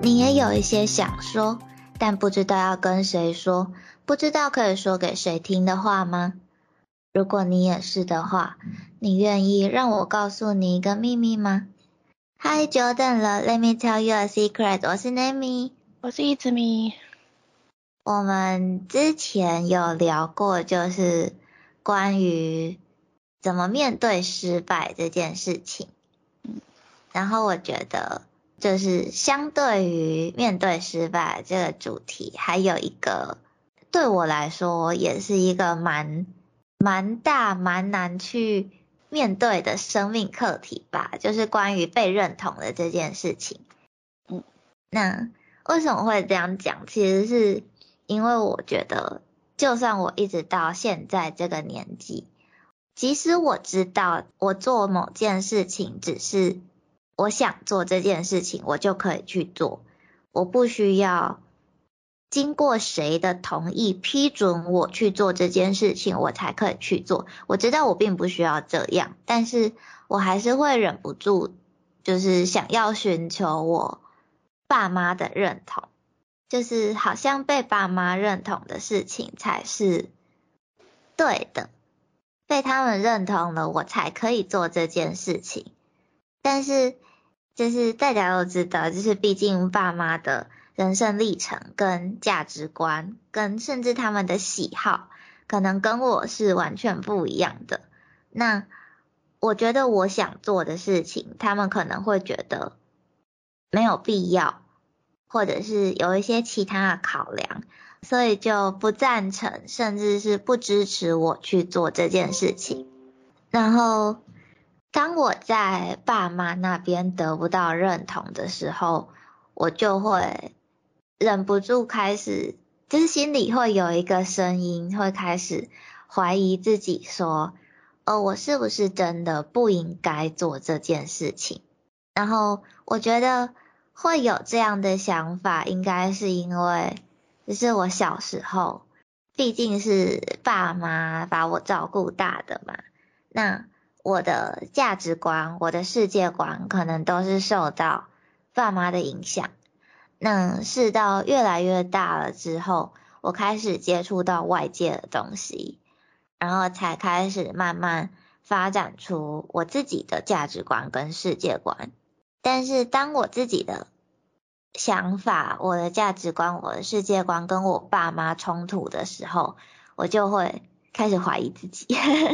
你也有一些想说，但不知道要跟谁说，不知道可以说给谁听的话吗？如果你也是的话，你愿意让我告诉你一个秘密吗？嗨，久等了 ，Let me tell you a secret。我是 Nami， 我是一直咪。 我们之前有聊过，就是关于怎么面对失败这件事情。然后我觉得，就是相对于面对失败这个主题，还有一个对我来说也是一个蛮大蛮难去面对的生命课题吧，就是关于被认同的这件事情。那为什么会这样讲？其实是因为我觉得，就算我一直到现在这个年纪，即使我知道我做某件事情只是我想做这件事情，我就可以去做，我不需要经过谁的同意批准我去做这件事情，我才可以去做。我知道我并不需要这样，但是我还是会忍不住，就是想要寻求我爸妈的认同，就是好像被爸妈认同的事情才是对的，被他们认同了，我才可以做这件事情。但是就是大家都知道，就是毕竟爸妈的人生历程跟价值观跟甚至他们的喜好可能跟我是完全不一样的。那我觉得我想做的事情，他们可能会觉得没有必要，或者是有一些其他的考量，所以就不赞成，甚至是不支持我去做这件事情。然后当我在爸妈那边得不到认同的时候，我就会忍不住开始，就是心里会有一个声音会开始怀疑自己说，我是不是真的不应该做这件事情？然后我觉得会有这样的想法，应该是因为就是我小时候毕竟是爸妈把我照顾大的嘛，那我的价值观，我的世界观可能都是受到爸妈的影响。那是到越来越大了之后，我开始接触到外界的东西，然后才开始慢慢发展出我自己的价值观跟世界观。但是当我自己的想法、我的价值观、我的世界观跟我爸妈冲突的时候，我就会开始怀疑自己。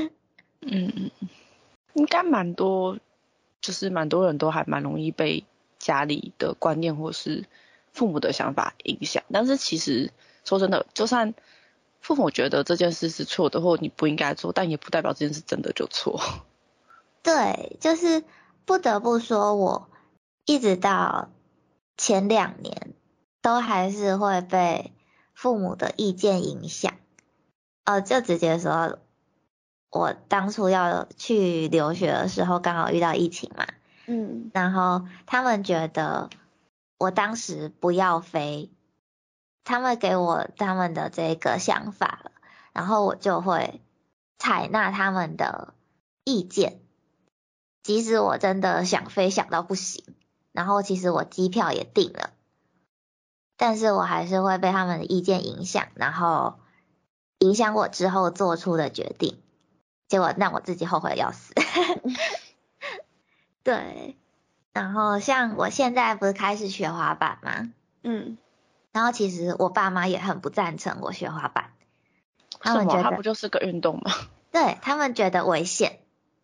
应该蛮多人都还蛮容易被家里的观念或是父母的想法影响。但是其实说真的，就算父母觉得这件事是错的，或你不应该做，但也不代表这件事真的就错。 对，就是不得不说，我一直到前2年都还是会被父母的意见影响。就直接说，我当初要去留学的时候，刚好遇到疫情嘛，然后他们觉得我当时不要飞，他们给我他们的这个想法了，然后我就会采纳他们的意见，即使我真的想飞想到不行，然后其实我机票也订了，但是我还是会被他们的意见影响，然后影响我之后做出的决定，结果让我自己后悔要死。对，然后像我现在不是开始学滑板吗？然后其实我爸妈也很不赞成我学滑板，他们觉得它不就是个运动吗？ 对，他们觉得危险。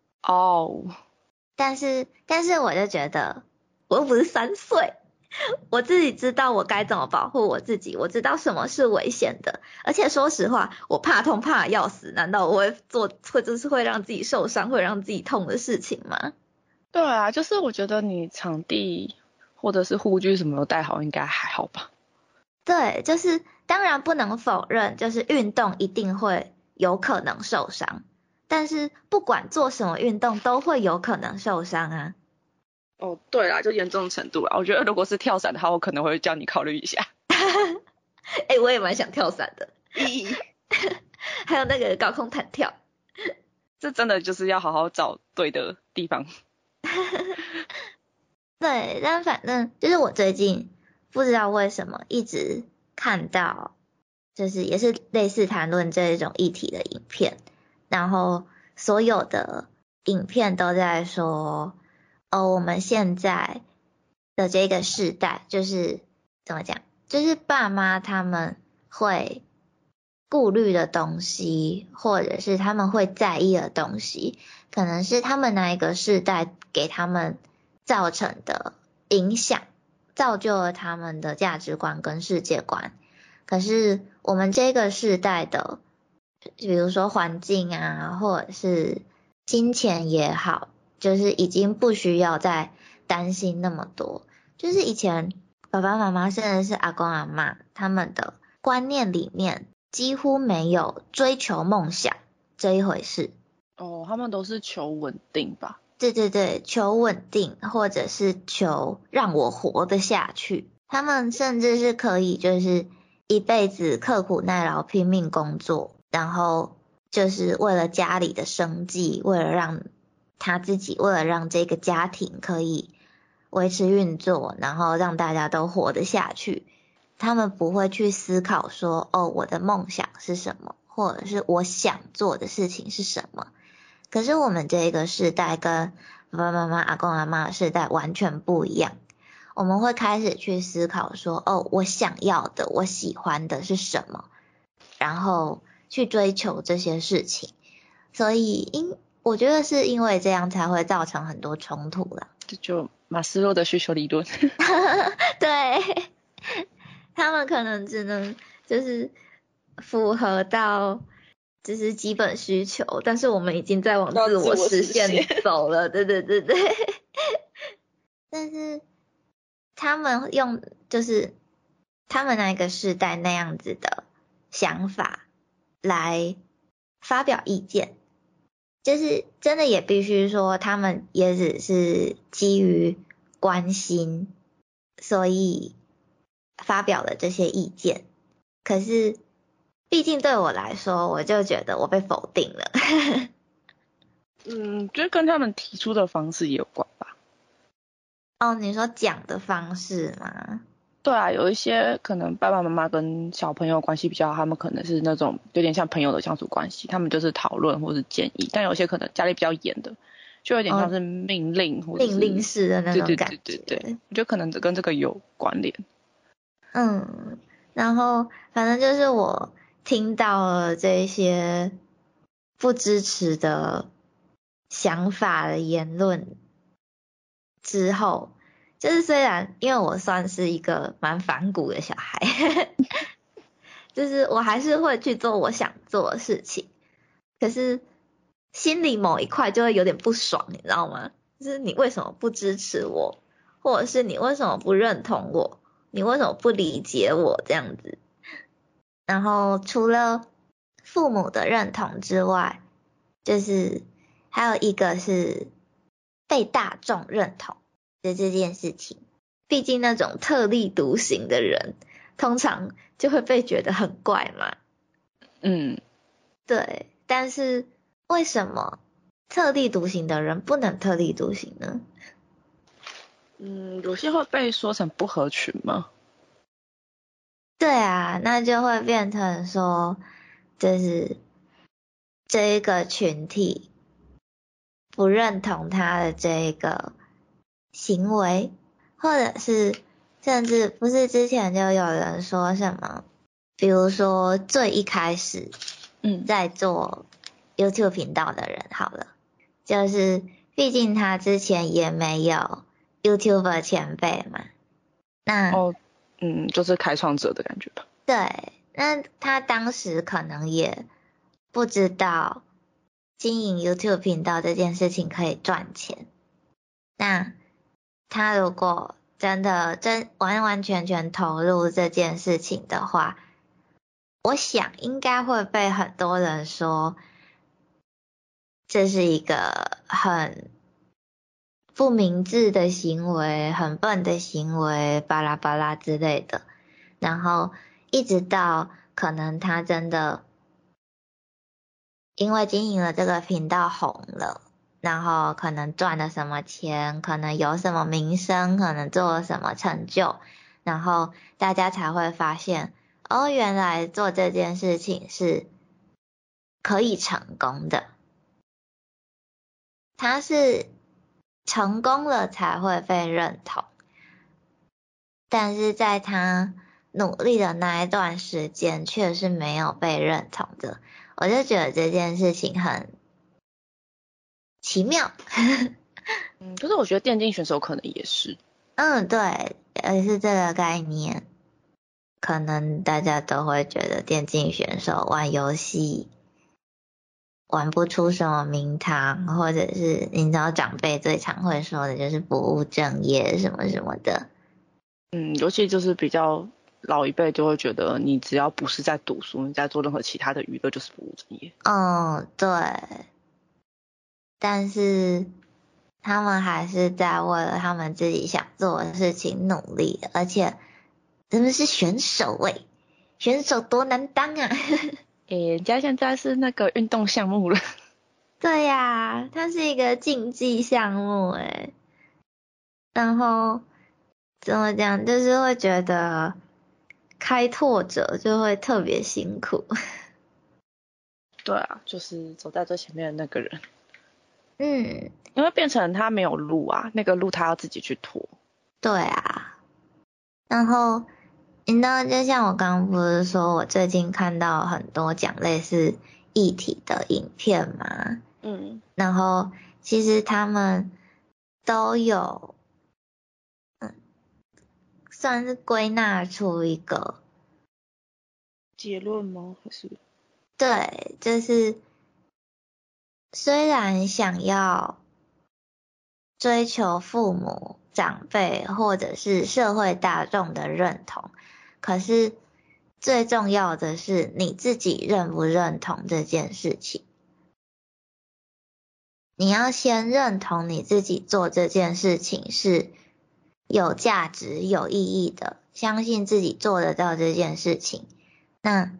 但是我就觉得我又不是3岁，我自己知道我该怎么保护我自己，我知道什么是危险的，而且说实话，我怕痛怕要死，难道我会做就是会让自己受伤会让自己痛的事情吗？ 对啊，就是我觉得你场地或者是护具什么都带好，应该还好吧。 对，就是当然不能否认，就是运动一定会有可能受伤，但是不管做什么运动都会有可能受伤啊。 对啦，就严重程度啦。我觉得如果是跳伞的话，我可能会叫你考虑一下。 我也蛮想跳伞的。还有那个高空弹跳， 这真的就是要好好找对的地方。 对，但反正就是我最近不知道为什么一直看到就是也是类似谈论这一种议题的影片，然后所有的影片都在说我们现在的这个世代就是怎么讲，就是爸妈他们会顾虑的东西，或者是他们会在意的东西，可能是他们那一个世代给他们造成的影响，造就了他们的价值观跟世界观。可是我们这个世代的，比如说环境啊，或者是金钱也好，就是已经不需要再担心那么多。就是以前爸爸妈妈甚至是阿公阿嬷他们的观念里面几乎没有追求梦想这一回事。 他们都是求稳定吧？ 对对对，求稳定，或者是求让我活得下去。他们甚至是可以就是一辈子刻苦耐劳拼命工作，然后就是为了家里的生计，为了让他自己，为了让这个家庭可以维持运作，然后让大家都活得下去。他们不会去思考说我的梦想是什么，或者是我想做的事情是什么。可是我们这个世代跟爸爸妈妈阿公阿嬷的世代完全不一样，我们会开始去思考说我想要的我喜欢的是什么，然后去追求这些事情。所以我觉得是因为这样才会造成很多冲突啦。 这就马斯洛的需求理论。 对，他们可能只能就是符合到就是基本需求，但是我们已经在往自我实现走了。对对对对。但是他们用就是他们那个世代那样子的想法来发表意见，就是真的也必须说他们也只是基于关心，所以发表了这些意见。可是毕竟对我来说，我就觉得我被否定了。 就跟他们提出的方式也有关吧。 你说讲的方式吗？ 对啊，有一些可能爸爸妈妈跟小朋友关系比较好，他们可能是那种有点像朋友的相处关系，他们就是讨论或是建议。但有些可能家里比较严的，就有点像是命令或者是命令式的那种感觉。 对，我觉得可能跟这个有关联。 然后反正就是我听到了这些不支持的想法的言论之后，就是虽然因为我算是一个蛮反骨的小孩，就是我还是会去做我想做的事情，可是心里某一块就会有点不爽，你知道吗？就是你为什么不支持我，或者是你为什么不认同我，你为什么不理解我这样子。然后除了父母的认同之外，就是还有一个是被大众认同的这件事情。毕竟那种特立独行的人通常就会被觉得很怪嘛。对，但是为什么特立独行的人不能特立独行呢？ 有些会被说成不合群吗？ 对啊，那就会变成说，就是这一个群体不认同他的这一个行为，或者是甚至不是之前就有人说什么，比如说最一开始在做 YouTube 频道的人好了，就是毕竟他之前也没有 YouTuber 前辈嘛，那就是开创者的感觉吧。 对，那他当时可能也不知道经营 YouTube 频道这件事情可以赚钱。那他如果真的完完全全投入这件事情的话，我想应该会被很多人说这是一个很不明智的行为，很笨的行为，巴拉巴拉之类的。然后一直到可能他真的因为经营了这个频道红了，然后可能赚了什么钱，可能有什么名声，可能做了什么成就， 然后大家才会发现，哦，原来做这件事情是可以成功的。他是成功了才会被认同，但是在他努力的那一段时间却是没有被认同的。我就觉得这件事情很奇妙。 可是我觉得电竞选手可能也是。 对，是这个概念。可能大家都会觉得电竞选手玩游戏玩不出什么名堂，或者是你知道长辈最常会说的就是不务正业什么什么的。 尤其就是比较老一辈就会觉得，你只要不是在读书，你在做任何其他的娱乐就是不务正业。 对。但是他们还是在为了他们自己想做的事情努力，而且真的是选手选手多难当啊！ 人家现在是那个运动项目了。 对呀，它是一个竞技项目然后怎么讲，就是会觉得开拓者就会特别辛苦。 对啊，就是走在最前面的那个人。 嗯， 因为变成他没有路啊，那个路他要自己去拖。 对啊。然后你知道，就像我刚刚不是说我最近看到很多讲类似议题的影片嘛，然后其实他们都有算是归纳出一个结论吗？还是对，就是虽然想要追求父母、长辈或者是社会大众的认同，可是最重要的是你自己认不认同这件事情。你要先认同你自己做这件事情是有价值、有意义的，相信自己做得到这件事情，那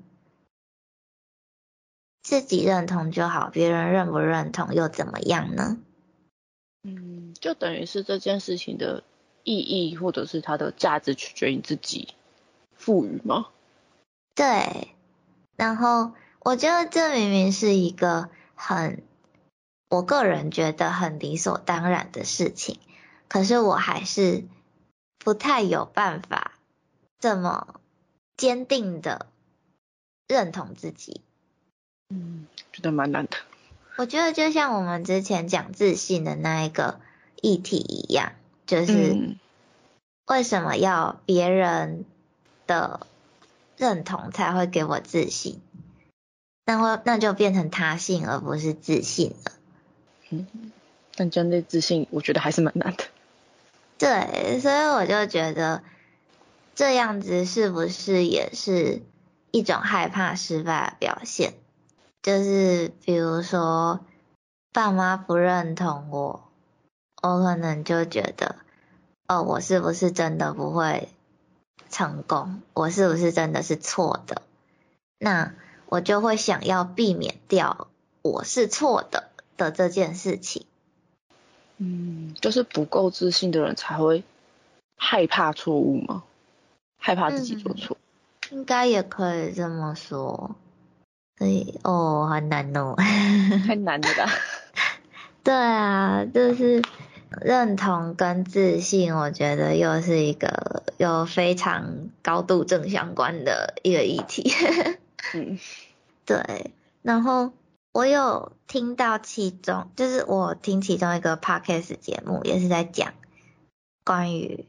自己认同就好，别人认不认同又怎么样呢？ 就等于是这件事情的意义或者是它的价值取决于你自己赋予吗？ 对，然后我觉得这明明是一个我个人觉得很理所当然的事情，可是我还是不太有办法这么坚定的认同自己。 觉得蛮难的。 我觉得就像我们之前讲自信的那一个议题一样，就是为什么要别人的认同才会给我自信？那就变成他信而不是自信了。 但针对自信，我觉得还是蛮难的。 对，所以我就觉得这样子是不是也是一种害怕失败的表现？就是比如说爸妈不认同我可能就觉得我是不是真的不会成功？我是不是真的是错的？那我就会想要避免掉我是错的这件事情。 就是不够自信的人才会害怕错误吗？害怕自己做错？ 应该也可以这么说。所以很难哦。 太难了啦。 对啊，就是认同跟自信，我觉得又是一个有非常高度正相关的一个议题。对，然后我有听到就是我听其中一个 podcast 节目，也是在讲关于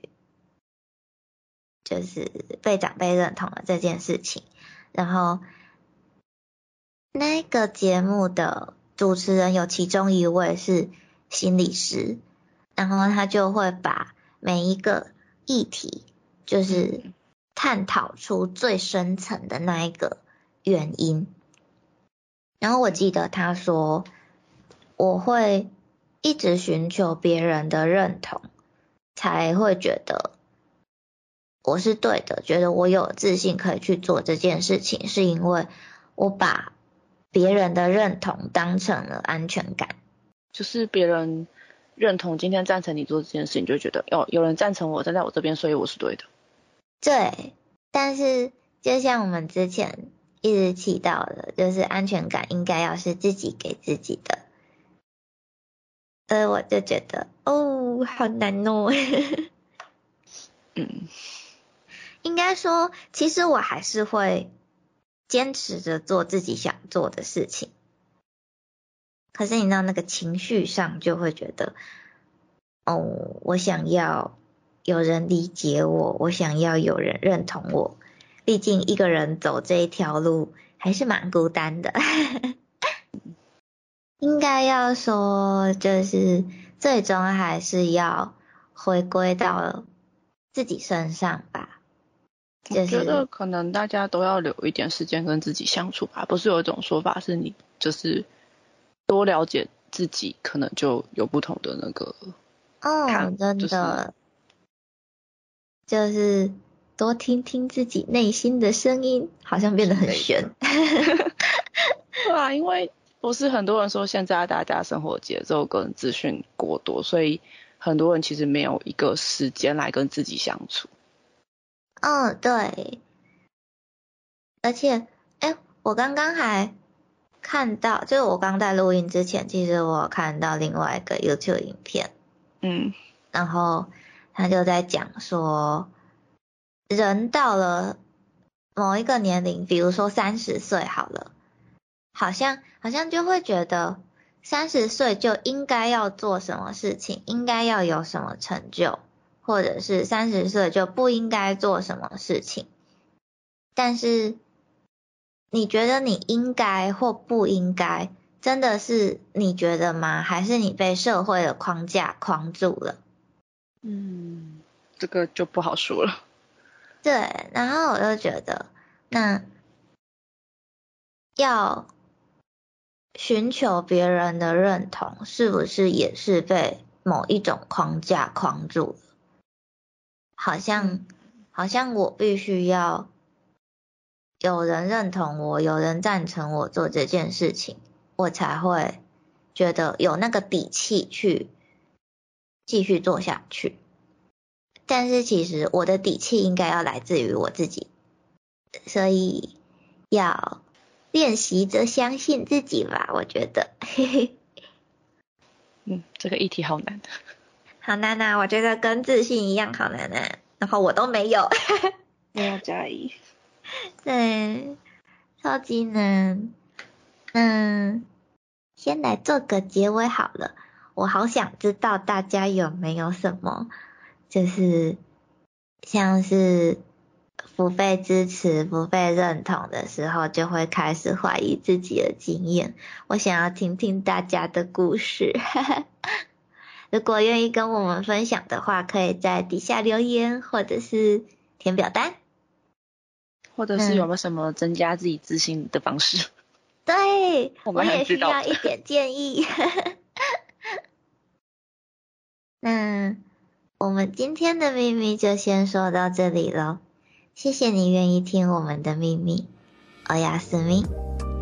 就是被长辈认同的这件事情，然后那个节目的主持人有其中一位是心理师，然后他就会把每一个议题就是探讨出最深层的那一个原因。然后我记得他说，我会一直寻求别人的认同，才会觉得我是对的，觉得我有自信可以去做这件事情，是因为我把别人的认同当成了安全感。 就是别人认同今天赞成你做这件事，你就觉得有人赞成我，站在我这边，所以我是对的。 对，但是就像我们之前一直提到的，就是安全感应该要是自己给自己的，所以我就觉得好难哦。应该说其实我还是会坚持着做自己想做的事情，可是你知道那个情绪上就会觉得我想要有人理解我，我想要有人认同我，毕竟一个人走这一条路还是蛮孤单的。应该要说就是最终还是要回归到自己身上吧。 我觉得可能大家都要留一点时间跟自己相处吧，不是有一种说法是你就是多了解自己，可能就有不同的那个真的就是多听听自己内心的声音，好像变得很玄。 对啊，因为不是很多人说现在大家生活节奏跟资讯过多，所以很多人其实没有一个时间来跟自己相处。 对，而且我刚刚还看到，就是我刚在录音之前，其实我看到另外一个 YouTube 影片，然后他就在讲说，人到了某一个年龄，比如说30岁好了，好像就会觉得30岁就应该要做什么事情，应该要有什么成就，或者是30岁就不应该做什么事情。但是你觉得你应该或不应该，真的是你觉得吗？还是你被社会的框架框住了？ 这个就不好说了。 对，然后我就觉得，那要寻求别人的认同，是不是也是被某一种框架框住了？好像我必须要有人认同我，有人赞成我做这件事情，我才会觉得有那个底气去继续做下去。但是其实我的底气应该要来自于我自己，所以要练习着相信自己吧，我觉得。 这个议题好难。 好难啊，我觉得跟自信一样好难啊，然后我都没有。 我要加一。 对，超级难。先来做个结尾好了。我好想知道大家有没有什么，就是像是不被支持、不被认同的时候，就会开始怀疑自己的经验。我想要听听大家的故事。如果愿意跟我们分享的话，可以在底下留言，或者是填表单， 或者是有没有什么增加自己自信的方式？ 对，我也需也需要一点建议。那我们今天的秘密就先说到这里咯，谢谢你愿意听我们的秘密，欧亚斯密。